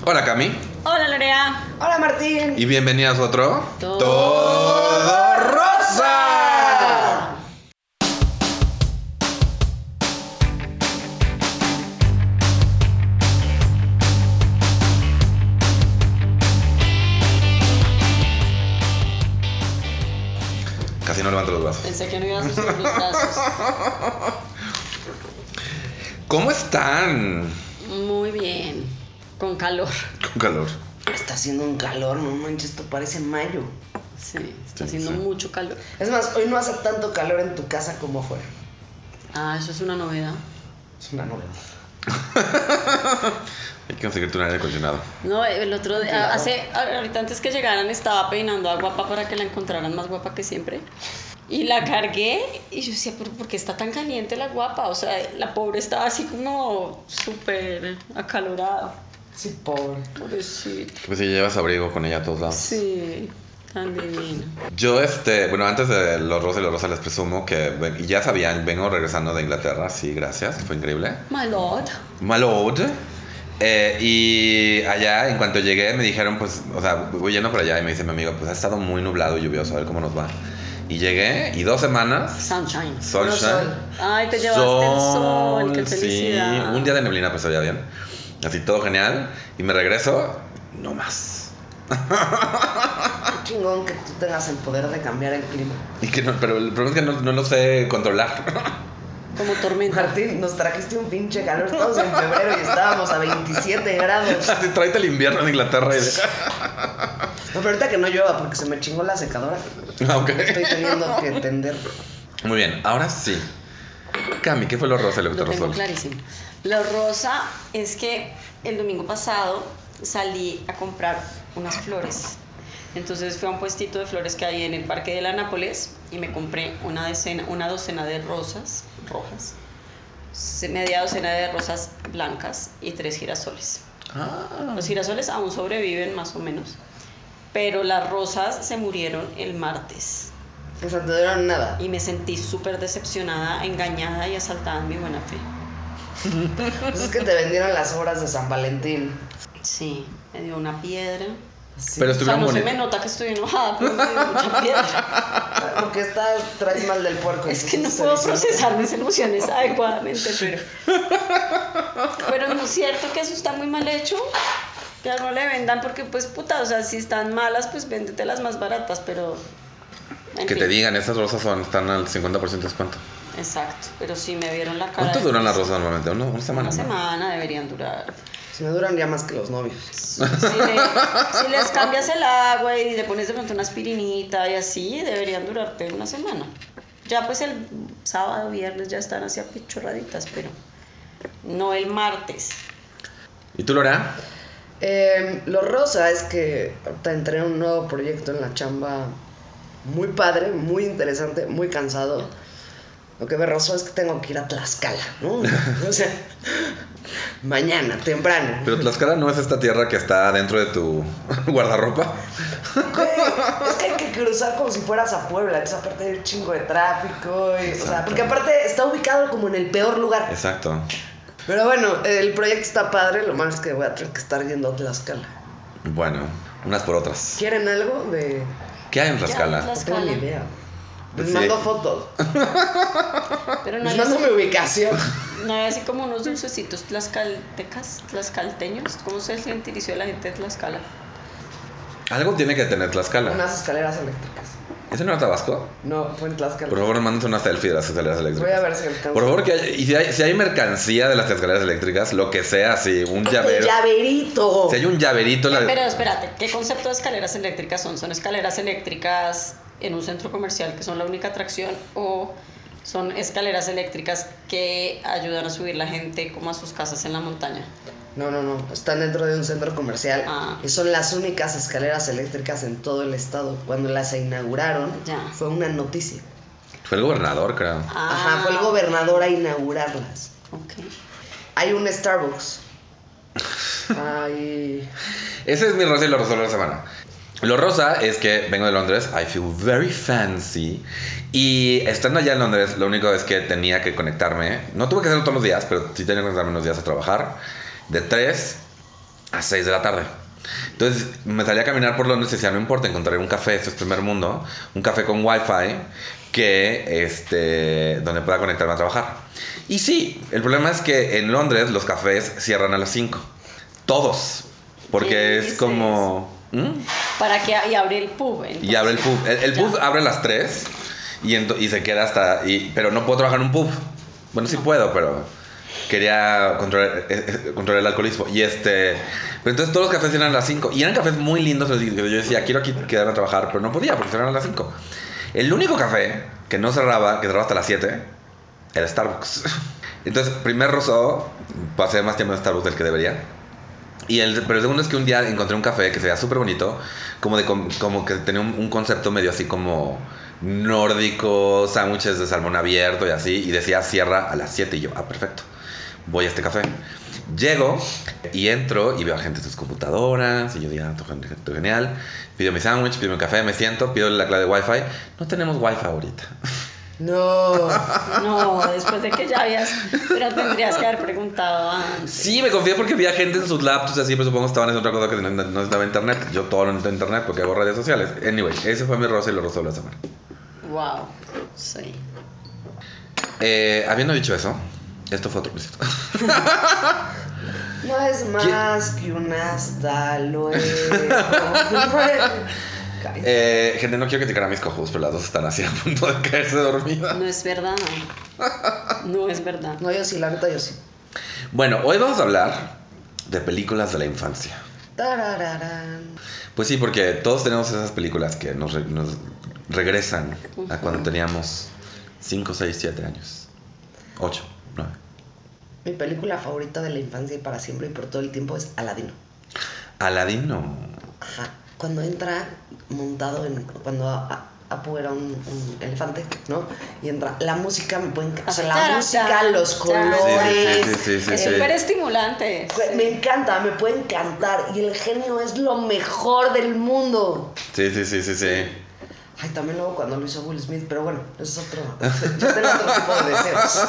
Hola Cami. Hola Lorea. Hola Martín. Y bienvenidas a otro Todo Rosa. Casi no levanto los brazos. Pensé que no ibas a subir los brazos. ¿Cómo están? Muy bien. Con calor. Con calor. Está haciendo un calor, no manches, esto parece mayo. Sí, está Sí, haciendo sí. mucho calor. Es más, hoy no hace tanto calor en tu casa como afuera. Ah, eso es una novedad. Es una novedad. Hay que conseguirte un aire acondicionado. No, el otro día, Claro. ahorita antes que llegaran estaba peinando a Guapa para que la encontraran más guapa que siempre. Y la cargué y yo decía, ¿pero por qué está tan caliente la Guapa? O sea, la pobre estaba así como súper acalorada. Sí, pobre. Pobrecita. Pues si llevas abrigo con ella a todos lados. Sí, tan divina. Yo, bueno, antes de los Rosa y los Rosa les presumo que, y ya sabían, vengo regresando de Inglaterra, sí, gracias, fue increíble. My lord. My lord. Y allá, en cuanto llegué, me dijeron, pues, o sea, voy yendo por allá y me dice mi amigo, pues ha estado muy nublado y lluvioso, a ver cómo nos va. Y llegué, y 2 semanas, Sunshine. sunshine. Ay, te llevaste el sol, qué felicidad. Sí, un día de neblina, pues se bien. Así todo genial. Y me regreso, no más. Qué chingón que tú tengas el poder de cambiar el clima. Y que no, pero el problema es que no lo sé controlar. Como tormenta. Martín, nos trajiste un pinche calor. Estamos en febrero y estábamos a 27 grados. Así tráete el invierno en Inglaterra y No, pero ahorita que no llueva porque se me chingó la secadora. Ok. Estoy teniendo que tender. Muy bien, ahora sí. Cami, ¿qué fue lo rosa y lo que te Lo tengo rozó? clarísimo. Lo rosa es que el domingo pasado salí a comprar unas flores. Entonces fui a un puestito de flores que hay en el Parque de la Nápoles y me compré una docena de rosas rojas, media docena de rosas blancas y 3 girasoles. Ah, Los girasoles aún sobreviven más o menos, pero las rosas se murieron el martes. O sea, te dieron nada. Y me sentí súper decepcionada, engañada y asaltada en mi buena fe. Pues es que te vendieron las obras de San Valentín. Sí, me dio una piedra. Sí. pero O sea, estuvieron no se bonitos. me nota que estoy enojada, pero me dio mucha piedra. Porque traes mal del puerco. Es que no entonces puedo se dice- procesar mis emociones adecuadamente, pero no es cierto que eso está muy mal hecho. Que no le vendan porque, pues, puta, o sea, si están malas, pues véndetelas más baratas, pero... en Que fin. te digan, estas rosas están al 50% de descuento. Exacto, pero sí me vieron la cara. ¿Cuánto de duran las que rosas normalmente? ¿Una semana? Una ¿no? semana deberían durar. Si me duran ya más que los novios. Si les cambias el agua y le pones de pronto una aspirinita y así, deberían durarte una semana. Ya pues el sábado, viernes ya están así apichurraditas, pero no el martes. ¿Y tú, Lora? Lo rosa es que ahorita entré en un nuevo proyecto en la chamba muy padre, muy interesante, muy cansado. Lo que me rozó es que tengo que ir a Tlaxcala, ¿no? O sea, mañana, temprano. Pero Tlaxcala no es esta tierra que está dentro de tu guardarropa. Güey, es que hay que cruzar como si fueras a Puebla, entonces aparte hay un chingo de tráfico, o sea, Exacto. porque aparte está ubicado como en el peor lugar. Exacto. Pero bueno, el proyecto está padre, lo malo es que voy a tener que estar yendo a Tlaxcala. Bueno, unas por otras. ¿Quieren algo de...? ¿Qué hay en ¿Qué hay en Tlaxcala? No tengo ni idea. Les Sí. mando fotos. Pero no Les hay, mando mi ubicación. no hay así como unos dulcecitos tlaxcalteños. ¿Cómo se es el gentilicio de la gente de Tlaxcala? Algo tiene que tener Tlaxcala. Unas escaleras eléctricas. ¿Ese no era Tabasco? No, fue en Tlaxcala. Por favor, mándanos una selfie de las escaleras Voy eléctricas. a ver si alcanzo. Por favor, y si hay mercancía de las escaleras eléctricas, lo que sea, así, un ¡El llavero. llaverito! Si hay un llaverito, Pero espérate, ¿qué concepto de escaleras eléctricas son? ¿Son escaleras eléctricas en un centro comercial que son la única atracción o son escaleras eléctricas que ayudan a subir la gente como a sus casas en la montaña? No. Están dentro de un centro comercial. Ah. Y son las únicas escaleras eléctricas en todo el estado. Cuando las inauguraron, Ya. fue una noticia. Fue el gobernador, creo. Ajá, fue el gobernador a inaugurarlas. Ok. Hay un Starbucks. Hay... Ese es mi rosa y lo rosa de la semana. Lo rosa es que vengo de Londres, I feel very fancy. Y estando allá en Londres, lo único es que tenía que conectarme. No tuve que hacerlo todos los días, pero sí tenía que conectarme unos días a trabajar. De 3 a 6 de la tarde. Entonces me salí a caminar por Londres y decía, no importa, encontraré un café, esto es primer mundo, un café con wifi que donde pueda conectarme a trabajar. Y sí, el problema es que en Londres los cafés cierran a las 5. Todos. Porque es como... Para que y abre el pub. Entonces. Y abre el pub. El pub abre a las 3 y se queda hasta... pero no puedo trabajar en un pub. Bueno, sí puedo, pero quería controlar el alcoholismo. Pero entonces todos los cafés eran a las 5. Y eran cafés muy lindos. Yo decía, quiero aquí quedarme a trabajar, pero no podía porque cerraban a las 5. El único café que no cerraba, que cerraba hasta las 7, era Starbucks. Entonces, primer roso, pasé más tiempo en Starbucks del que debería. Pero el segundo es que un día encontré un café que se veía súper bonito, como que tenía un concepto medio así como nórdico, sándwiches de salmón abierto y así, y decía cierra a las 7 y yo, perfecto, voy a este café. Llego y entro y veo a gente en sus computadoras y yo digo, esto genial, pido mi sándwich, pido mi café, me siento, pido la clave de wifi. No tenemos wifi ahorita. No, después de que ya habías, pero tendrías que haber preguntado antes. Sí, me confié porque vi a gente en sus laptops así, pero supongo que estaban haciendo otra cosa que no estaba en internet. Yo todo lo necesito en internet porque hago redes sociales. Anyway, ese fue mi rosa y lo rosa de la semana. Wow, sí. Habiendo dicho eso, esto fue otro besito. No es más que un hasta luego. Gente, no quiero criticar a mis cojos, pero las dos están así a punto de caerse dormidas. No es verdad. No es verdad. No, yo sí, la neta yo sí. Bueno, hoy vamos a hablar de películas de la infancia. Tarararán. Pues sí, porque todos tenemos esas películas que nos regresan a cuando teníamos 5, 6, 7 años. 8, 9. Mi película favorita de la infancia y para siempre y por todo el tiempo es Aladino. Aladino. Ajá. Cuando entra montado cuando Apu era un elefante, ¿no? Y entra, la música me puede encantar. O sea, la música, los colores. Sí. Es súper estimulante. Me encanta, me puede encantar. Y el genio es lo mejor del mundo. Sí. Ay, también luego cuando lo hizo Will Smith, pero bueno, eso es otro. Yo tengo otro tipo de deseos.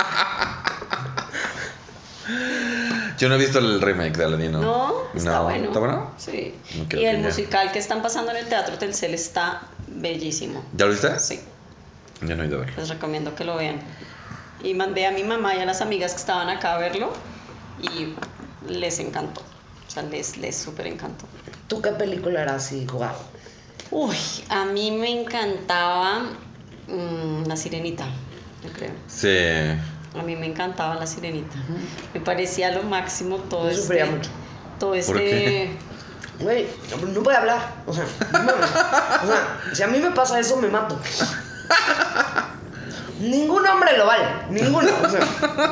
Yo no he visto el remake de Aladino. No, está bueno. ¿Está bueno? Sí. No, y el musical que están pasando en el Teatro Telcel está bellísimo. ¿Ya lo viste? Sí. Yo no he ido a verlo. Les recomiendo que lo vean. Y mandé a mi mamá y a las amigas que estaban acá a verlo y les encantó. O sea, les súper encantó. ¿Tú qué película era así, jugado? Uy, a mí me encantaba La Sirenita, yo creo. Sí. A mí me encantaba La Sirenita. Me parecía lo máximo todo Yo sufría mucho. Todo ¿Por qué? Güey, no puede hablar. O sea, si a mí me pasa eso, me mato. Ningún hombre lo vale. Ninguno. O sea.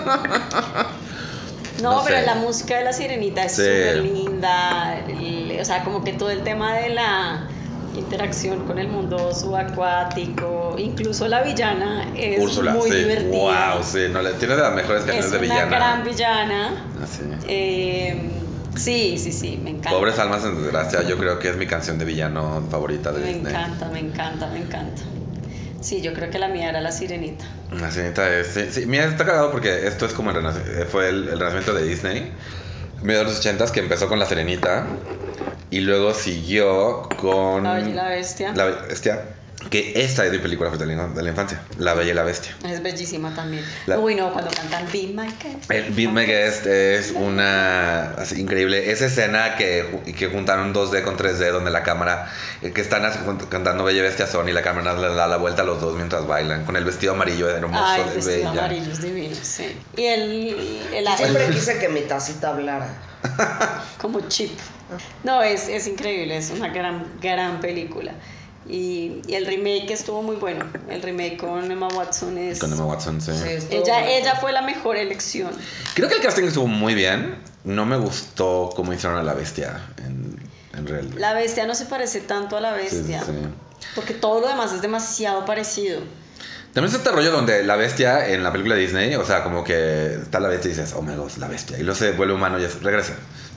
No, pero sé. la música de La Sirenita es súper linda. O sea, como que todo el tema de la interacción con el mundo subacuático, incluso la villana es Úrsula, muy sí. divertida. Wow, sí, tiene de las mejores canciones de villana. Es una gran villana. Así. Sí, me encanta. Pobres almas en desgracia, yo creo que es mi canción de villano favorita de Disney. Me encanta. Sí, yo creo que la mía era La Sirenita. La Sirenita es... Sí, mira, está cagado porque esto es como fue el renacimiento de Disney. Medio de los 80s que empezó con La Sirenita y luego siguió con... La Bella y la Bestia. La Bestia. Que esta es mi película favorita de la infancia. La Bella y la Bestia. Es bellísima también. Uy, no, cuando cantan Be My Guest. El Be My Guest es una... Así, increíble. Esa escena que juntaron 2D con 3D donde la cámara... Que están cantando Bella y Bestia son y la cámara le da la vuelta a los dos mientras bailan. Con el vestido amarillo hermoso Ay, de el vestido Bella. amarillo es divino, sí. Y Siempre quise que mi tacita hablara. Como Chip. No, es increíble, es una gran película. Y el remake estuvo muy bueno. El remake con Emma Watson es... Con Emma Watson, sí. Ella fue la mejor elección. Creo que el casting estuvo muy bien. No me gustó cómo hicieron a la bestia en realidad. La bestia no se parece tanto a la bestia. Sí. Porque todo lo demás es demasiado parecido. También es este rollo donde la bestia en la película de Disney, o sea, como que está la bestia y dices, oh my god, la bestia. Y luego se vuelve humano y es, regresa.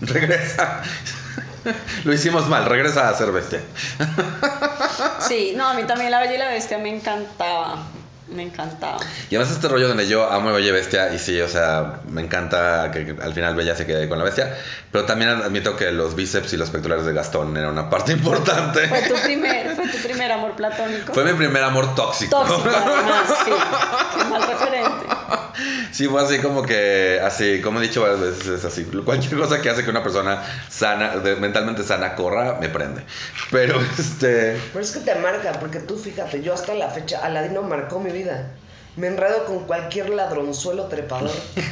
Lo hicimos mal, regresa a ser bestia. Sí, no, a mí también La Bella y la Bestia me encantaba. Me encantaba. Y además este rollo donde yo amo a Bella y Bestia y sí, o sea, me encanta que al final Bella se quede con la bestia, pero también admito que los bíceps y los pectorales de Gastón eran una parte importante. Fue tu primer amor platónico. Fue mi primer amor tóxico. Tóxico, además, sí. Qué mal referente. Sí, fue así como que, así, como he dicho varias veces, es así. Cualquier cosa que hace que una persona sana, mentalmente sana, corra, me prende. Pero Pero es que te marca, porque tú fíjate, yo hasta la fecha, Aladino marcó mi vida. Me enredo con cualquier ladronzuelo trepador.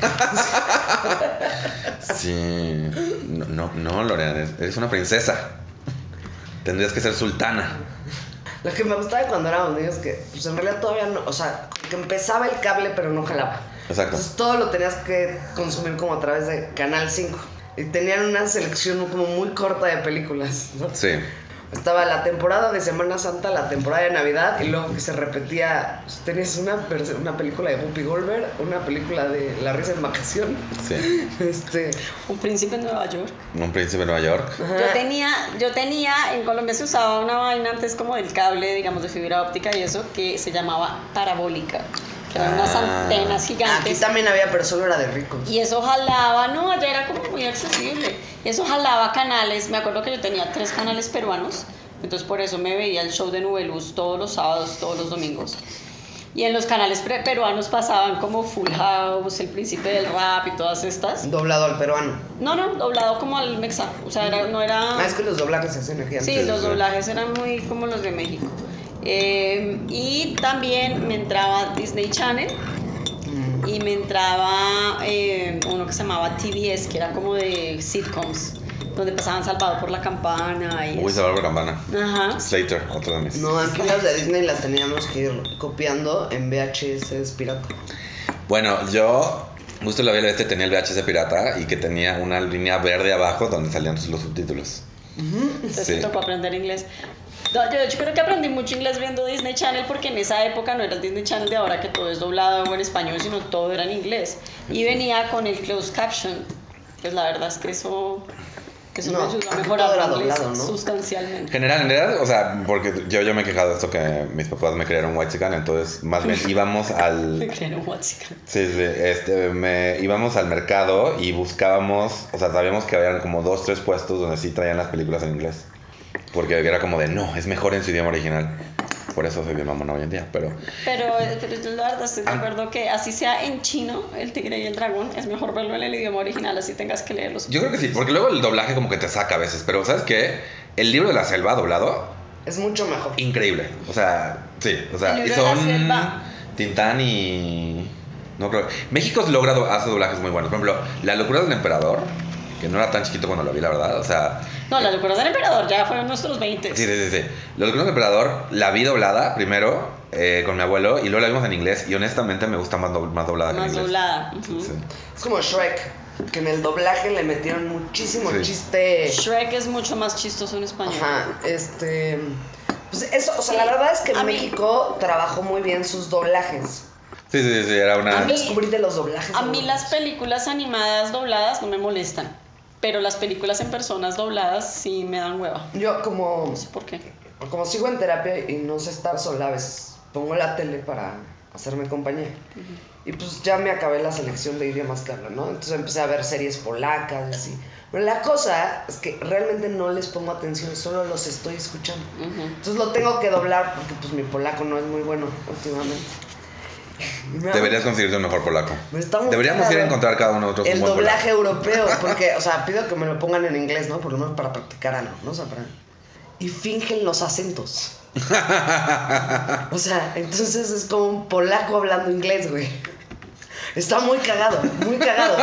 Sí. No, Lorena, eres una princesa. Tendrías que ser sultana. Lo que me gustaba de cuando éramos niños es que, pues en realidad todavía no, o sea, que empezaba el cable pero no jalaba. Exacto. Entonces todo lo tenías que consumir como a través de Canal 5. Y tenían una selección como muy corta de películas, ¿no? Sí. Estaba la temporada de Semana Santa, la temporada de Navidad, y luego que se repetía, pues, tenías una película de Whoopi Goldberg, una película de La risa en vacación. Sí. Un príncipe en Nueva York. Un príncipe de Nueva York. Yo tenía, en Colombia se usaba una vaina antes como del cable, digamos, de fibra óptica y eso, que se llamaba parabólica. Que eran unas antenas gigantes. Aquí también había, pero solo era de ricos. Y eso jalaba, no, allá era como muy accesible. Eso jalaba canales, me acuerdo que yo tenía 3 canales peruanos, entonces por eso me veía el show de Nubeluz todos los sábados, todos los domingos. Y en los canales peruanos pasaban como Full House, El Príncipe del Rap y todas estas. Doblado al peruano. No, doblado como al mexa, o sea, no era... Ah, es que los doblajes se hacen aquí antes. Sí, los doblajes eran muy como los de México. Y también me entraba Disney Channel y me entraba uno que se llamaba TBS, que era como de sitcoms, donde pasaban Salvado por la Campana y Uy, eso. Salvador por Campana. Ajá. Slater, otro de mis. No, aquí las de Disney las teníamos que ir copiando en VHS pirata. Bueno, yo justo la Bella y la Bestia tenía el VHS pirata y que tenía una línea verde abajo donde salían los subtítulos. Entonces Sí. me tocó aprender inglés. No, yo creo que aprendí mucho inglés viendo Disney Channel porque en esa época no era el Disney Channel de ahora que todo es doblado en español, sino todo era en inglés. Y venía con el closed caption. Pues la verdad es que eso me No, ayudó a aquí mejorar todo era el inglés doblado, ¿no? sustancialmente. En general, o sea, porque yo me he quejado de esto que mis papás me crearon whitezican, entonces más bien íbamos al... Me crearon WhatsApp. Sí, íbamos al mercado y buscábamos, o sea, sabíamos que habían como 2, 3 puestos donde sí traían las películas en inglés. Porque era como de, no, es mejor en su idioma original. Por eso soy bien mamona hoy en día, pero Pero yo la verdad estoy de acuerdo que así sea en chino, El Tigre y el Dragón, es mejor verlo en el idioma original, así tengas que leerlos. yo creo que sí, porque luego el doblaje como que te saca a veces. Pero ¿sabes qué? El libro de la selva doblado, Es mucho mejor. increíble. O sea, sí, o sea, El y libro de la son selva. Tintán y... No creo. México hace doblajes muy buenos. Por ejemplo, La locura del emperador, que no era tan chiquito cuando lo vi, la verdad. O sea, No, La locura del emperador ya fueron nuestros 20. sí. La locura del emperador la vi doblada primero con mi abuelo y luego la vimos en inglés. Y honestamente me gusta más doblada que en Más inglés. doblada. Ujú. Sí. Es como Shrek, que en el doblaje le metieron muchísimo Sí. chiste. Shrek es mucho más chistoso en español. Ajá, pues eso, o sea, la verdad es que A mí- México trabajó muy bien sus doblajes. Sí, era A una... mí descubrí de los doblajes. A mí las películas animadas dobladas no me molestan, pero las películas en personas dobladas sí me dan hueva. Yo como No sé por qué. sigo en terapia y no sé estar sola, a veces pongo la tele para hacerme compañía. Y pues ya me acabé la selección de idiomas que hablo, ¿no? Entonces empecé a ver series polacas y así. Pero la cosa es que realmente no les pongo atención, solo los estoy escuchando. Ujú. Entonces lo tengo que doblar porque pues mi polaco no es muy bueno últimamente. Deberías conseguirte un mejor polaco. Estamos Deberíamos ir a encontrar cada uno de nosotros el un buen doblaje europeo, porque, o sea, pido que me lo pongan en inglés, ¿no? Por lo menos para practicar algo, ¿no? O sea, y fingen los acentos. O sea, entonces es como un polaco hablando inglés, güey. Está muy cagado, muy cagado.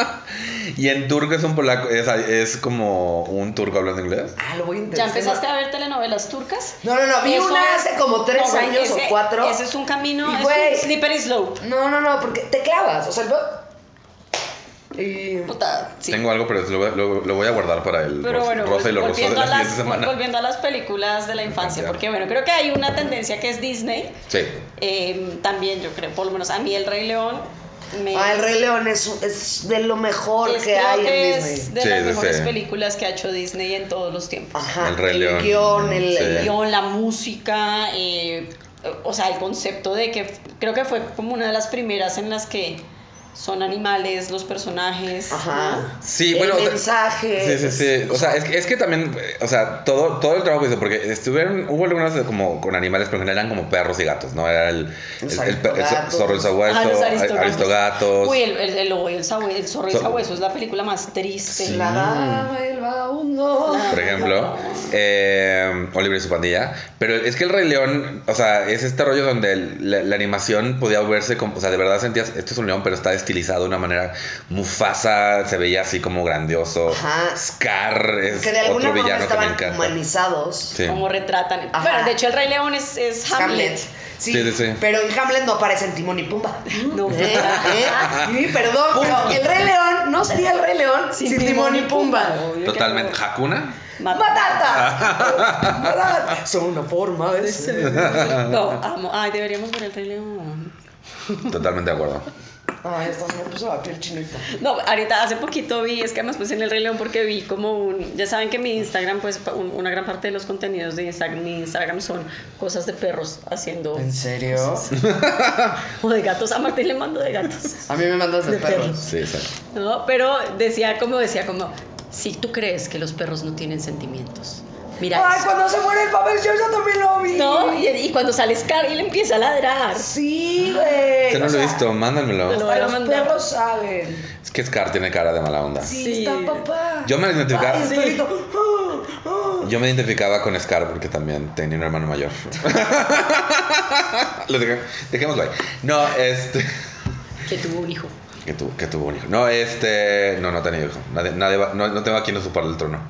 Y en turco es un polaco, es como un turco hablando inglés. Ah, lo voy a ¿Ya intentar. empezaste a ver telenovelas turcas? No, vi Eso- una hace como 3 No, güey, años o 4. Ese es un camino, Y, es güey, un slippery slope. No, porque te clavas, o sea, y... Puta, sí. Tengo algo, pero lo voy a guardar para el Pero bueno, Rosa y los Rosos de la siguiente las, semana. volviendo a las películas de la infancia, porque bueno, creo que hay una tendencia que es Disney. Sí. También yo creo, por lo menos a mí El Rey León El Rey León es de lo mejor que creo hay que en es Disney. de Sí, las sí, mejores sí. películas que ha hecho Disney en todos los tiempos. Ajá, El Rey León. guión, Sí. El guión, la música, o sea, el concepto de que creo que fue como una de las primeras en las que son animales los personajes. Ajá. ¿no? Sí, bueno, o sea, mensajes. sí. O sea, es que también, o sea, todo el trabajo que hizo, porque hubo algunas como con animales, pero en general eran como perros y gatos, ¿no? Era el zorro, el sabueso, Los aristogatos. Uy, el lobo y el zorro y el sabueso es la película más triste. Sí. La dama, el vagabundo. Por ejemplo, Oliver y su pandilla. Pero es que el Rey León, o sea, es este rollo donde la animación podía verse como, o sea, de verdad sentías, esto es un león, pero está estilizado de una manera. Mufasa se veía así como grandioso. Ajá. Scar es Que de alguna otro forma villano que me estaban encanta. humanizados. Sí. Como retratan. Ajá. Bueno, de hecho el Rey León es Hamlet. Sí, pero en Hamlet no aparecen Timón y Pumba. No. Sí, perdón, pero el Rey León no sería el Rey León sin Timón y Pumba. Obvio que Totalmente. no. ¿Hakuna? ¡Matata! ¡Matata! Son una forma de ser. No, amo. Ay, deberíamos ver el Rey León. Totalmente de acuerdo. Ay, esta me puso la piel chinita. No, ahorita hace poquito vi, es que además pues en el Rey León porque vi como ya saben que mi Instagram, pues una gran parte de los contenidos de mi Instagram son cosas de perros haciendo, ¿En serio? o de gatos, a Martín le mando de gatos, A mí me mandas de perros. Sí, sí. ¿no? Pero decía como, si tú crees que los perros no tienen sentimientos, mira Ay, eso. cuando se muere el papel, yo también lo vi. No, y cuando sale Scar y le empieza a ladrar. Sí, güey. Yo no lo he visto, mándamelo. Lo voy a Los mandar. perros saben. Es que Scar tiene cara de mala onda. Sí, Sí. está papá. Yo me identificaba. Ay, el Sí. perrito. Yo me identificaba con Scar porque también tenía un hermano mayor. Dejémoslo ahí. No, Que tuvo un hijo. Que tuvo un hijo. No, no tenía hijo. No tengo a quien usurpar el trono.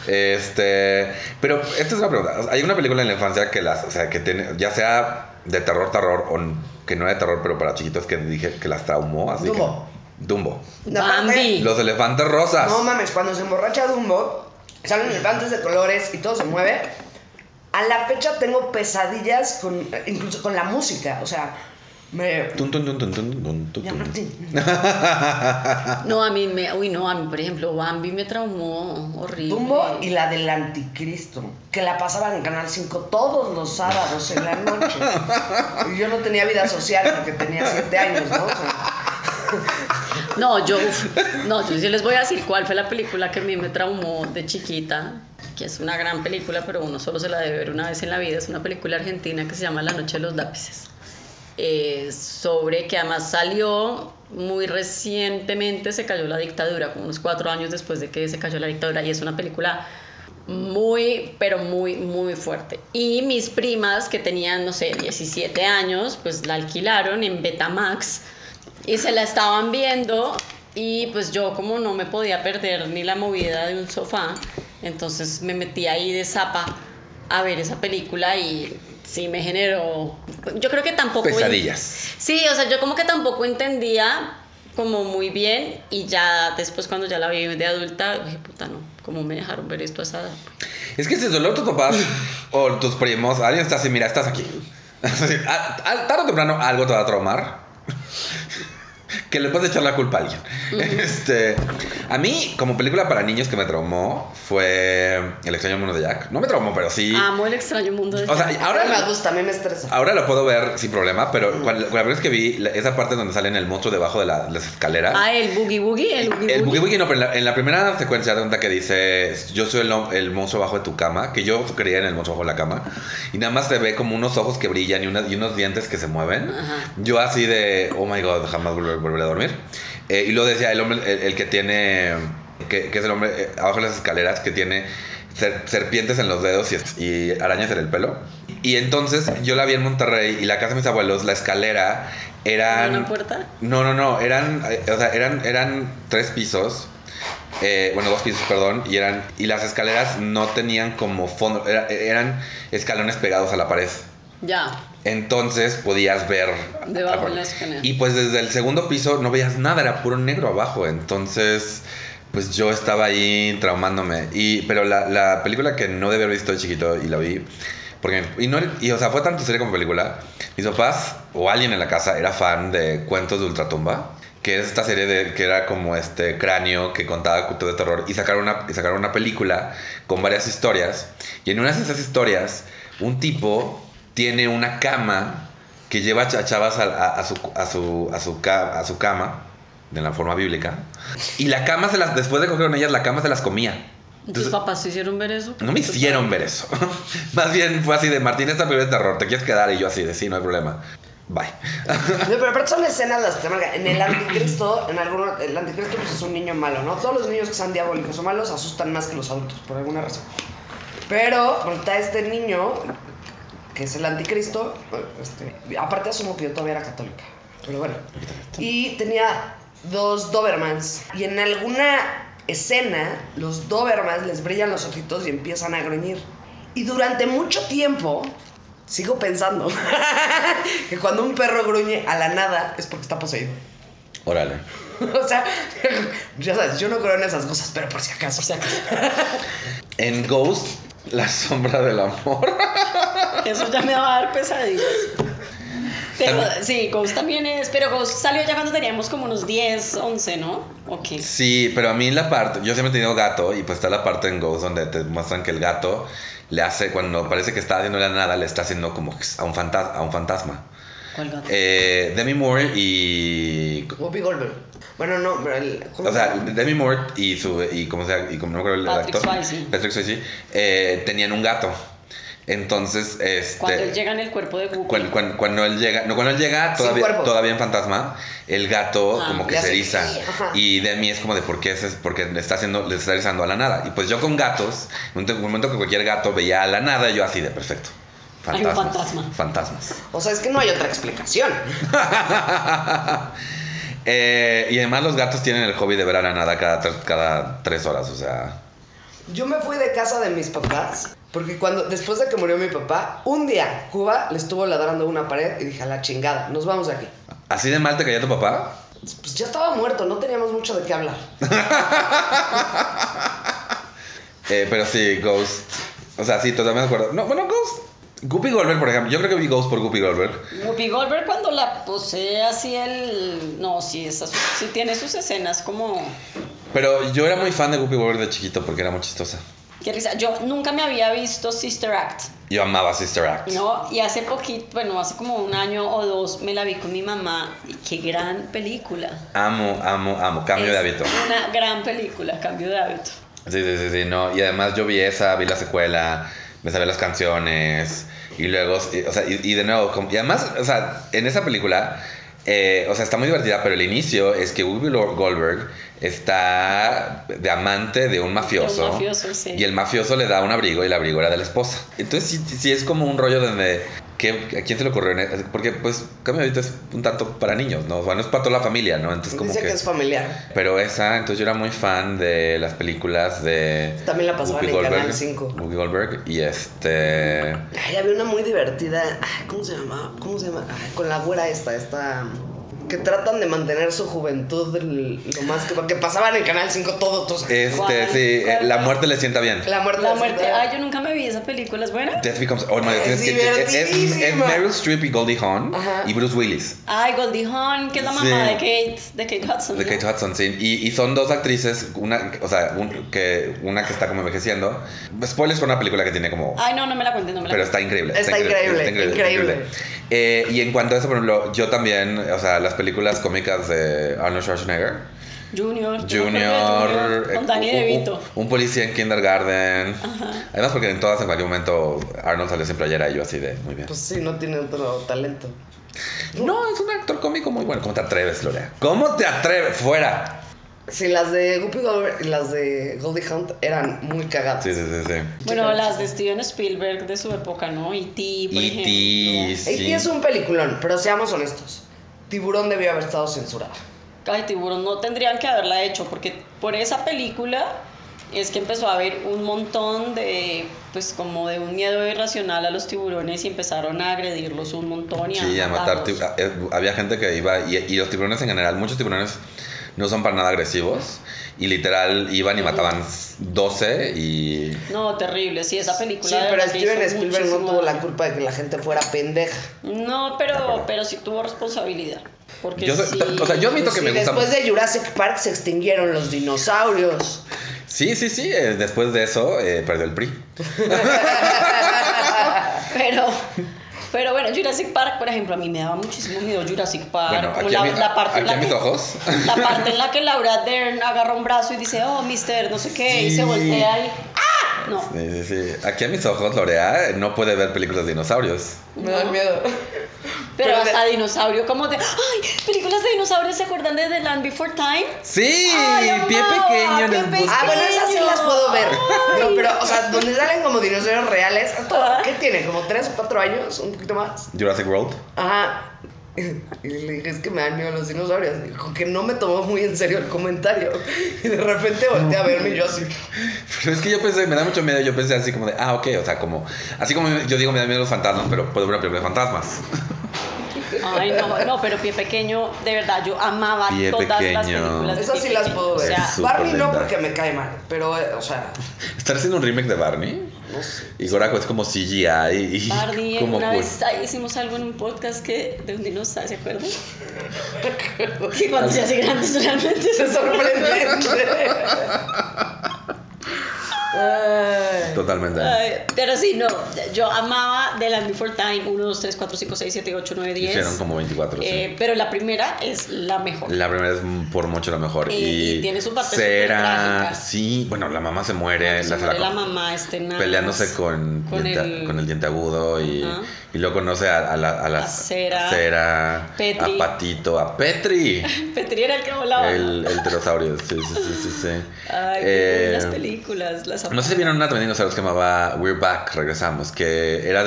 Pero esta es una pregunta. Hay una película en la infancia que tiene, ya sea de terror, o que no era de terror, pero para chiquitos que dije que las traumó. Así Dumbo. Que, Dumbo. Bambi. Los elefantes rosas. No mames, cuando se emborracha Dumbo, salen elefantes de colores y todo se mueve. A la fecha tengo pesadillas incluso con la música. O sea, Tun, tun, tun, tun, tun, tun, tun, Ya, tun. Martín. No, a mí, por ejemplo, Bambi me traumó horrible. Dumbo y la del anticristo, que la pasaban en Canal 5 todos los sábados en la noche. Y yo no tenía vida social porque tenía 7 años, ¿no? O sea, No, yo sí les voy a decir cuál fue la película que a mí me traumó de chiquita, que es una gran película, pero uno solo se la debe ver una vez en la vida. Es una película argentina que se llama La Noche de los Lápices. Sobre que además salió muy recientemente, se cayó la dictadura, como unos 4 años después de que se cayó la dictadura, y es una película muy, pero muy, muy fuerte. Y mis primas, que tenían, no sé, 17 años, pues la alquilaron en Betamax y se la estaban viendo, y pues yo como no me podía perder ni la movida de un sofá, entonces me metí ahí de zapa a ver esa película y sí me generó, yo creo que tampoco Pesadillas. Sí, o sea, yo como que tampoco entendía como muy bien, y ya después cuando ya la vi de adulta dije, puta, no, ¿cómo me dejaron ver esto a esa edad? Es que si solo tus papás o tus primos, alguien está así, mira, estás aquí. Tarde o temprano algo te va a traumar. Que le puedes echar la culpa a alguien. A mí, como película para niños que me traumó, fue El extraño mundo de Jack. No me traumó, pero sí. Amo El extraño mundo de O sea, Jack. ahora me gusta, a mí me estresa. Ahora lo puedo ver sin problema, pero cuando la primera vez que vi esa parte donde sale el monstruo debajo de las escaleras. Ah, el Boogie Boogie, El Boogie Boogie no, pero en la primera secuencia de cuenta que dice, yo soy el monstruo bajo de tu cama, que yo creía en el monstruo bajo de la cama, y nada más se ve como unos ojos que brillan y unos dientes que se mueven. Ajá. Yo así de, oh my god, jamás volveré a dormir. Y luego decía el hombre, el que tiene, que es el hombre abajo de las escaleras, que tiene serpientes en los dedos y arañas en el pelo. Y entonces yo la vi en Monterrey, y la casa de mis abuelos, la escalera eran... ¿Una puerta? No, eran 3 pisos. Bueno, 2 pisos, perdón. Y las escaleras no tenían como fondo, eran escalones pegados a la pared. Ya. Entonces podías ver Debajo de la escalera. y pues desde el segundo piso no veías nada, era puro negro abajo. Entonces pues yo estaba ahí traumándome. Pero la película que no debía haber visto de chiquito, y la vi porque o sea, fue tanto serie como película. Mis papás o alguien en la casa era fan de Cuentos de Ultratumba, que es esta serie que era como cráneo que contaba cuentos de terror, y sacaron una película con varias historias, y en una de esas historias un tipo tiene una cama que lleva a chavas a su cama, de la forma bíblica. Y la cama después de coger con ellas, la cama se las comía. ¿Tus papás te hicieron ver eso? No me hicieron ver eso. Más bien fue así de, Martín, esta película es terror, ¿te quieres quedar? Y yo así de, sí, no hay problema. Bye. Pero aparte son escenas las que te marcan. En el Anticristo, el Anticristo pues es un niño malo, ¿no? Todos los niños que sean diabólicos o malos asustan más que los adultos, por alguna razón. Pero está este niño, que es el Anticristo, aparte asumo que yo todavía era católica, pero bueno. Y tenía 2 Dobermans. Y en alguna escena, los Dobermans les brillan los ojitos y empiezan a gruñir. Y durante mucho tiempo, sigo pensando que cuando un perro gruñe a la nada es porque está poseído. Órale. O sea, ya sabes, yo no creo en esas cosas, pero por si acaso. En Ghost, la sombra del amor. Eso ya me va a dar pesadillas. Pero sí, Ghost también es. Pero Ghost salió ya cuando teníamos como unos 10, 11, ¿no? ¿O qué? Sí, pero a mí la parte. Yo siempre he tenido gato y pues está la parte en Ghost donde te muestran que el gato le hace. Cuando parece que está haciendo la nada, le está haciendo como a un fantasma. ¿Cuál gato? Demi Moore y. Whoopi Goldberg. Bueno, no, pero O sea, Demi Moore y como no me acuerdo el actor. Patrick Swayze. Tenían un gato. Entonces, cuando él llega en el cuerpo de Whoopi. Cuando él llega todavía en fantasma, el gato como que se eriza. Y Demi es como de porque le está erizando a la nada. Y pues yo con gatos, en un momento que cualquier gato veía a la nada, yo así de perfecto. Hay un fantasma. Fantasmas. O sea, es que no hay otra explicación. Y además los gatos tienen el hobby de ver a la nada cada 3 horas, o sea. Yo me fui de casa de mis papás porque después de que murió mi papá, un día Cuba le estuvo ladrando a una pared y dije, a la chingada, nos vamos de aquí. ¿Así de mal te cayó tu papá? Pues ya estaba muerto, no teníamos mucho de qué hablar. Pero sí, Ghost. O sea, sí, totalmente de acuerdo. No, bueno, Ghost. Whoopi Goldberg, por ejemplo. Yo creo que vi Ghost por Whoopi Goldberg. Whoopi Goldberg cuando la posee así No, sí tiene sus escenas como... Pero yo era muy fan de Whoopi Goldberg de chiquito porque era muy chistosa. Qué risa. Yo nunca me había visto Sister Act. Yo amaba Sister Act. No, y hace poquito, bueno, hace como 1 año o 2 me la vi con mi mamá y qué gran película. Amo. Cambio de hábito. Una gran película, Cambio de hábito. Sí, no. Y además yo vi la secuela, me sabía las canciones y luego, o sea, y de nuevo, y además, o sea, en esa película, o sea, está muy divertida, pero el inicio es que Whoopi Goldberg está de amante de un mafioso. Sí. Y el mafioso le da un abrigo y el abrigo era de la esposa. Entonces sí es como un rollo donde... ¿A quién se le ocurrió? Porque pues Cambio de Hábito es un tanto para niños, ¿no? O sea, no es para toda la familia, ¿no? Entonces como dice que es familiar. Pero entonces yo era muy fan de las películas de... También la pasaban en Canal 5. Whoopi Goldberg y Ay, había una muy divertida. Ay, ¿cómo se llama? Ay, con la güera esta... que tratan de mantener su juventud lo más que pasaban en Canal 5 todos. La muerte le sienta bien. La muerte. Ay, yo nunca me vi esa película, ¿es buena? Death Becomes... Oh, no, es divertidísima. Es Meryl Streep y Goldie Hawn y Bruce Willis. Ay, Goldie Hawn, que es la mamá de Kate Hudson. De Kate Hudson, sí. Y son 2 actrices, una que está como envejeciendo. Spoilers por una película que tiene como... Ay, no me la cuentes, Pero está increíble. Está increíble. Y en cuanto a eso, por ejemplo, yo también, o sea, las películas cómicas de Arnold Schwarzenegger. Junior. Con Danny DeVito. Un policía en kindergarten. Ajá. Además porque en cualquier momento Arnold salió sin playera y yo así de muy bien. Pues sí, no tiene otro talento. No, es un actor cómico muy bueno. ¿Cómo te atreves, Lorea? ¿Cómo te atreves? ¡Fuera! Sí, las de Whoopi Goldberg y las de Goldie Hawn eran muy cagadas. Sí. Bueno, las de Steven Spielberg de su época, ¿no? E.T., por ejemplo. E.T. es un peliculón, pero seamos honestos. Tiburón debió haber estado censurado. Ay, Tiburón no tendrían que haberla hecho, porque por esa película es que empezó a haber un montón de, pues como de un miedo irracional a los tiburones y empezaron a agredirlos un montón y a matar. Había gente que iba, y los tiburones en general, muchos tiburones no son para nada agresivos, y literal iban y mataban 12 y... No, terrible, sí, esa película... Sí, pero Steven Spielberg no tuvo la culpa de que la gente fuera pendeja. No, pero sí tuvo responsabilidad. Porque yo admito que me gusta... Después de Jurassic Park se extinguieron los dinosaurios. Sí, después de eso perdió el PRI. Pero bueno, Jurassic Park, por ejemplo, a mí me daba muchísimo miedo Jurassic Park. Bueno, como aquí la parte en aquí la a mis que, ojos. La parte en la que Laura Dern agarra un brazo y dice, oh, mister, no sé qué, y se voltea y ¡ah! No. Sí. Aquí a mis ojos, Lorea no puede ver películas de dinosaurios. Me dan miedo. Pero hasta dinosaurio, como de, ay, películas de dinosaurios, ¿se acuerdan de The Land Before Time? Sí, Ay, Pie amaba, Pequeño en Pie el Pequeño. bosque. Bueno, esas sí las puedo ver. Ay. No, pero, o sea, donde salen como dinosaurios reales. Ajá. ¿Qué tiene? ¿Como 3 o 4 años? ¿Un poquito más? Jurassic World. Ajá. Y le dije, es que me dan miedo los dinosaurios. Dijo que no me tomó muy en serio el comentario. Y de repente volteé a verme y yo así. Pero es que yo pensé, me da mucho miedo. Yo pensé así como de, ok, o sea, como. Así como yo digo, me da miedo los fantasmas, pero puedo ver una película de fantasmas. Ay, no, pero Pie Pequeño, de verdad, yo amaba Pie todas las Pequeño. películas de Esas Pie sí las Pequeño. puedo ver. O sea, Súper Barbie no linda. porque me cae mal. Pero, o sea, ¿Estar haciendo un remake de Barney? no sé. Y ahora es como CGI y Barney, como una cool. vez hicimos algo en un podcast de un dinosaurio, ¿se acuerdan? Que cuando se hace grande realmente Es sorprendente. Ay. Totalmente. Ay, pero sí, no, yo amaba The Land Before Time 1, 2, 3, 4, 5, 6, 7, 8, 9, 10. Hicieron como 24, sí. Pero la primera es la mejor. La primera es por mucho la mejor. Y tiene su parte Cera, supertrágica. sí, bueno, la mamá se muere. Se muere la mamá nada peleándose más. con el diente agudo y luego conoce a Cera, Petri. a Patito, a Petri. Petri era el que volaba. El pterosaurio, sí. Ay, las películas, las No sé si vieron una también de dinosaurios que llamaba We're Back, regresamos, que era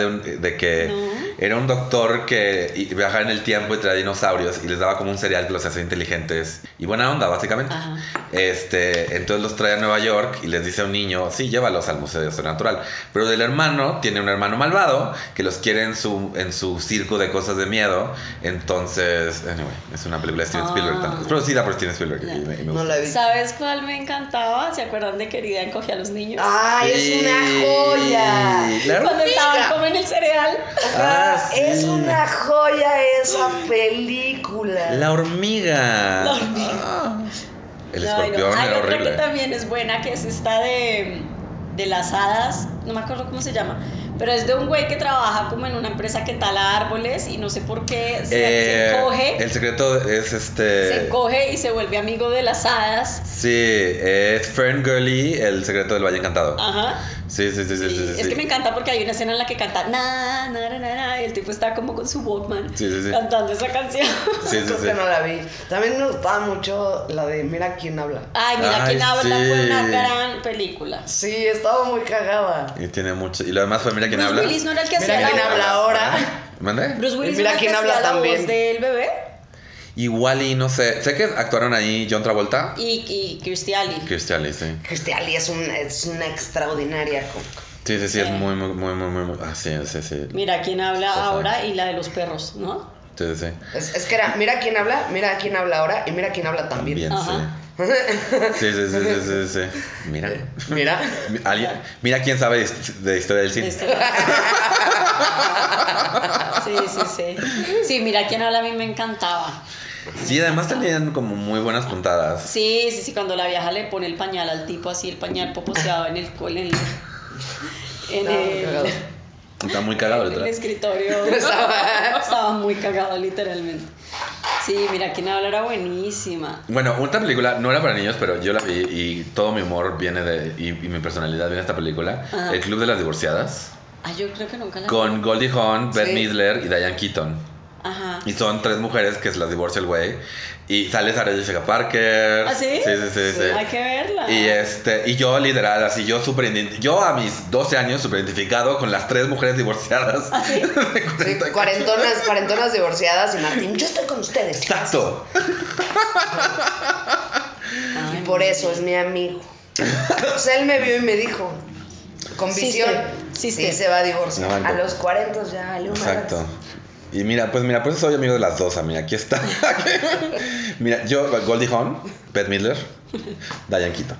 era un doctor que viajaba en el tiempo y traía dinosaurios y les daba como un cereal que los hacía inteligentes y buena onda, básicamente. Ajá. Entonces los trae a Nueva York y les dice a un niño, sí, llévalos al Museo de Historia Natural. Pero del hermano, tiene un hermano malvado que los quiere en su circo de cosas de miedo. Entonces, anyway, es una película de Steven Spielberg. Es producida por Steven Spielberg y me No gusta. la he visto. ¿Sabes cuál me encantaba? ¿Se acuerdan de Querida encogía a los niños? ¡Ay, Sí. es una joya! La Cuando estaban hormiga. comiendo el cereal. Sí. Es una joya esa película. La hormiga. La hormiga. El Ay, escorpión Hay era otra horrible. que también es buena, que es esta de las hadas, no me acuerdo cómo se llama, pero es de un güey que trabaja como en una empresa que tala árboles y no sé por qué se encoge. El secreto es Se encoge y se vuelve amigo de las hadas. Sí, es Fern Gully, el secreto del Valle Encantado. Ajá. Sí. Es que me encanta porque hay una escena en la que canta y el tipo está como con su Walkman Sí. cantando esa canción. Creo que no la vi. También me gustaba mucho la de Mira quién habla. Ay, mira quién habla, sí. fue una gran película. Sí, estaba muy cagada. Y tiene mucho. Y lo demás fue Mira quién Bruce habla. Willis no era el que Mira hacía quién la habla ahora. ¿Mande? Bruce Willis Mira no era el quién que habla hacía la también. voz del bebé. Igual y no sé. Sé que actuaron ahí John Travolta. Y Kirstie Alley. Kirstie Alley, sí. Este Ali es una extraordinaria coca. Sí, es muy. Sí. Mira quién habla Ajá. ahora y la de los perros, ¿no? Sí. Es que era Mira quién habla ahora y Mira quién habla también. Bien, Ajá. sí. Sí. Mira. Mira. Mira quién sabe de historia del cine. Sí. Sí, mira quién habla a mí me encantaba. Sí, además tenían como muy buenas puntadas. Sí, cuando la vieja le pone el pañal al tipo así, el pañal poposeado en el Está muy cagado, en el literal. escritorio. Estaba muy cagado, literalmente. Sí, mira quién habla era buenísima. Bueno, otra película no era para niños, pero yo la vi y todo mi humor viene y mi personalidad viene de esta película. Ajá. El Club de las Divorciadas. Ay, yo creo que nunca la vi. Con Goldie Hawn, Bette Sí. Midler y Diane Keaton. Ajá. Y son 3 mujeres que se las divorcia el güey. Y sale Sarah Jessica Parker. ¿Ah, sí? Sí. Hay que verla. Y yo literal, así, yo a mis 12 años súper identificado con las 3 mujeres divorciadas. ¿Ah, sí? Sí, cuarentonas divorciadas y Martín, yo estoy con ustedes. Exacto. Ay, Y por eso es mi amigo. O sea, él me vio y me dijo, con visión, Sí, sí se va a divorciar. No, A los 40 ya vale una Exacto. vez. Y mira, pues soy amigo de las dos, amiga. Aquí está. Mira, yo, Goldie Hawn, Bette Midler, Diane Keaton.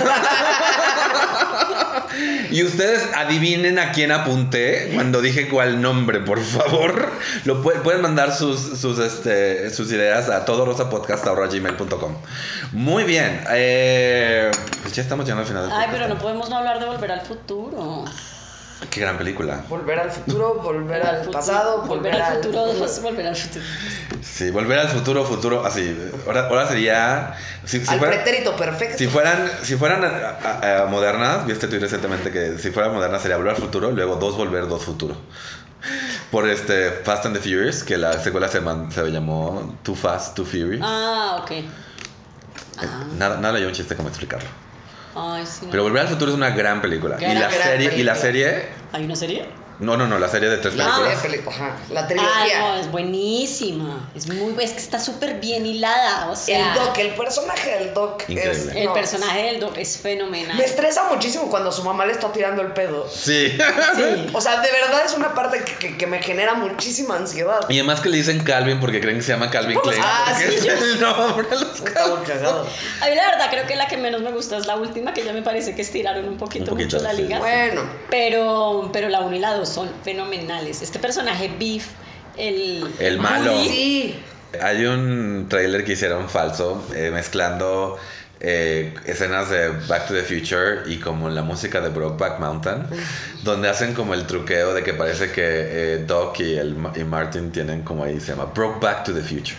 Y ustedes adivinen a quién apunté cuando dije cuál nombre, por favor. Pueden mandar sus ideas a todorosapodcast@gmail.com. Muy bien. Pues ya estamos llegando al final del Ay, podcast. pero no podemos no hablar de Volver al Futuro. Qué gran película. Volver al futuro, volver al pasado, volver al futuro 2, volver al futuro. Sí, volver al futuro, así. Ahora sería... al pretérito perfecto. Si fueran modernas, viste tú recientemente que si fueran modernas sería volver al futuro, luego volver, futuro. Por Fast and the Furious, que la secuela se llamó Too Fast, Too Furious. Ah, ok. Nada le dio un chiste como explicarlo. Ay, sí, no. Pero Volver al Futuro es una gran película. Y la serie... ¿Hay una serie? No, la serie de 3 películas. La trilogía. No, es buenísima. Es que está súper bien hilada. O sea, el personaje del Doc increíble. El personaje del Doc es fenomenal. Me estresa muchísimo cuando su mamá le está tirando el pedo. Sí. O sea, de verdad es una parte que me genera muchísima ansiedad. Y además que le dicen Calvin porque creen que se llama Calvin Klein. Sí, es el nombre de los Estaba cagado. A mí la verdad creo que la que menos me gusta es la última, que ya me parece que estiraron un poquito mucho la sí. liga. Bueno. Pero la 1 y la 2 son fenomenales. Este personaje Beef, el malo. Sí. Hay un tráiler que hicieron falso mezclando escenas de Back to the Future y como la música de Brokeback Mountain, donde hacen como el truqueo de que parece que Doc y Martin tienen como ahí se llama Brokeback to the Future.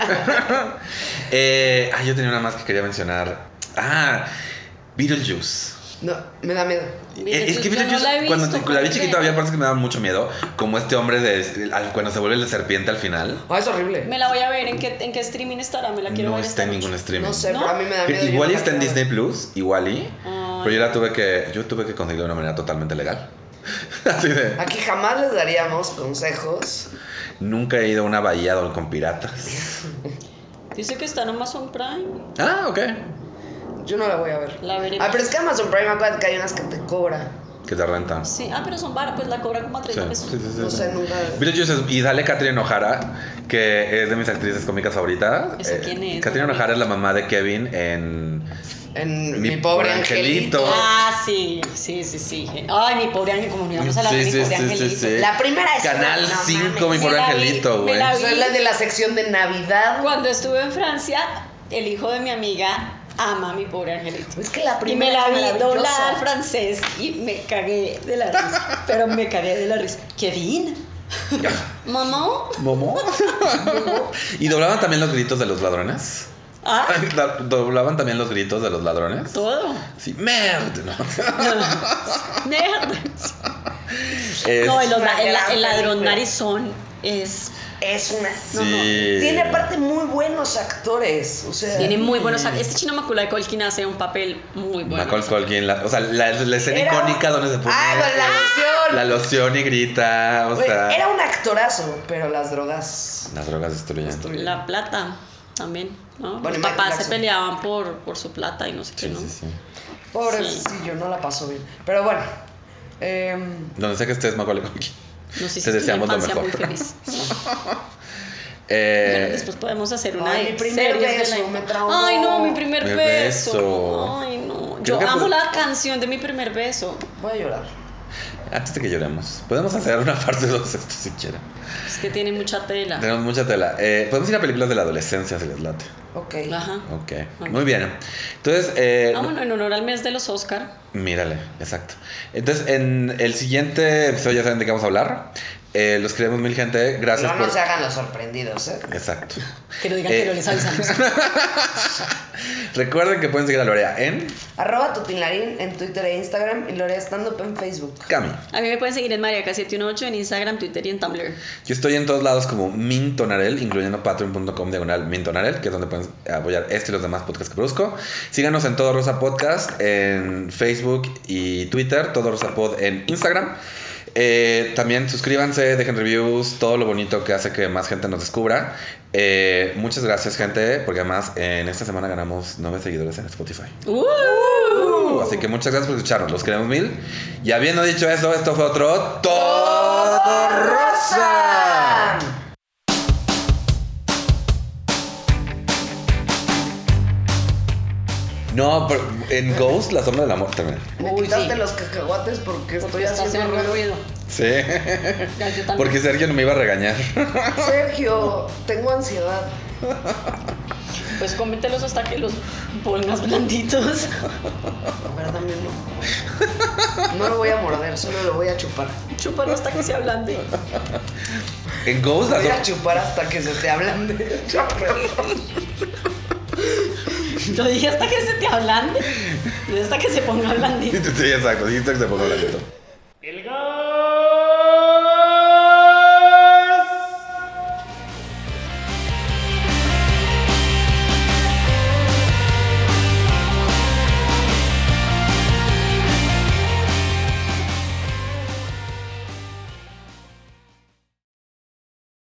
Yo tenía una más que quería mencionar. Beetlejuice. No, me da miedo. Es que Beetlejuice, cuando la vi chiquito había partes que me daban mucho miedo, como este hombre cuando se vuelve la serpiente al final. Es horrible. Me la voy a ver. ¿En qué streaming estará? Me la quiero ver. No está en ningún streaming. No sé, ¿No? pero a mí me da miedo. Igual está en Disney Plus, Ay. pero yo tuve que conseguirlo de una manera totalmente legal. Así de... Aquí jamás les daríamos consejos. Nunca he ido a una bahía con piratas. Dice que está en Amazon Prime. Ok. Yo no la voy a ver. La veremos. Pero es que Amazon Prime, acuérdate que hay unas que te cobra. Que te rentan. Sí, pero son baratas, pues la cobra como a 30 pesos. Sí. No sé, nunca. Y sale Catherine O'Hara, que es de mis actrices cómicas favoritas. ¿Esa quién es? Catherine O'Hara es la mamá de Kevin en Mi pobre angelito. Sí. Ay, mi pobre angelito, como no íbamos a hablar de mi pobre angelito. Sí. La primera es Canal 5, mi pobre angelito, güey. Es la de la sección de Navidad. Cuando estuve en Francia, el hijo de mi amiga ama a mi pobre angelito. Es que la Y primera me la vi doblada al francés y me cagué de la risa. Pero me cagué de la risa. Kevin. Mamá. ¿Momo? ¿Y doblaban también los gritos de los ladrones? ¿Doblaban también los gritos de los ladrones? Todo. Sí, merde. No. Mierda. No, el ladrón narizón es una. Sí. Tiene aparte muy buenos actores. O sea. Tiene muy buenos. Este chino Macaulay Culkin hace un papel muy bueno. Macaulay Culkin, la escena icónica donde se pone la loción. La loción y grita, Era un actorazo, pero las drogas. Las drogas destruyen. La plata también, ¿no? Bueno, Los papás Michael se peleaban por su plata y no sé qué, ¿no? Sí. Pobrecillo, no la pasó bien. Pero bueno. Donde sea que estés, Macaulay Culkin. Nos Te hiciste deseamos una lo infancia mejor. muy feliz. Bueno, después podemos hacer una mi primer beso, me traumó. Ay, no, mi primer Mi beso. beso. Ay, no. Creo Yo que amo la canción de mi primer beso. Voy a llorar. Antes de que lloremos, podemos hacer una parte 2 de esto si quieren. Es que tiene mucha tela. Tenemos mucha tela. Podemos ir a películas de la adolescencia si les late. Ok. Ajá. Ok, muy bien. Entonces, Bueno, en honor al mes de los Oscar. mírale, exacto. Entonces, en el siguiente episodio ya saben de qué vamos a hablar. Los queremos mil, gente. Gracias No se hagan los sorprendidos, ¿eh? Exacto. Que no digan que no les avisamos. Recuerden que pueden seguir a Lorea en @tutinlarín en Twitter e Instagram y Lorea Stand Up en Facebook. Cami. A mí me pueden seguir en Mariaca718 en Instagram, Twitter y en Tumblr. Yo estoy en todos lados como Mintonarel, incluyendo patreon.com/Mintonarel, que es donde pueden apoyar este y los demás podcasts que produzco. Síganos en Todo Rosa Podcast en Facebook y Twitter, Todo Rosa Pod en Instagram. También suscríbanse, dejen reviews, todo lo bonito que hace que más gente nos descubra. Muchas gracias, gente, porque además en esta semana ganamos 9 seguidores en Spotify. Así que muchas gracias por escucharnos, los queremos mil. Y habiendo dicho eso, esto fue otro Todo Rosa. No, pero en Ghost, la sombra del amor también. Me quitaste los cacahuates porque estoy haciendo ruido. Sí. Ya, yo también. Porque Sergio no me iba a regañar. Sergio, tengo ansiedad. Pues cómetelos hasta que los pongas blanditos. A ver, también no. No lo voy a morder, solo lo voy a chupar. Chúpalo hasta que se ablande. En Ghost, Voy a chupar hasta que se te ablande. Yo dije hasta que se te ablande. Y hasta que se ponga blandito. Sí, exacto, dijiste que se ponga blandito.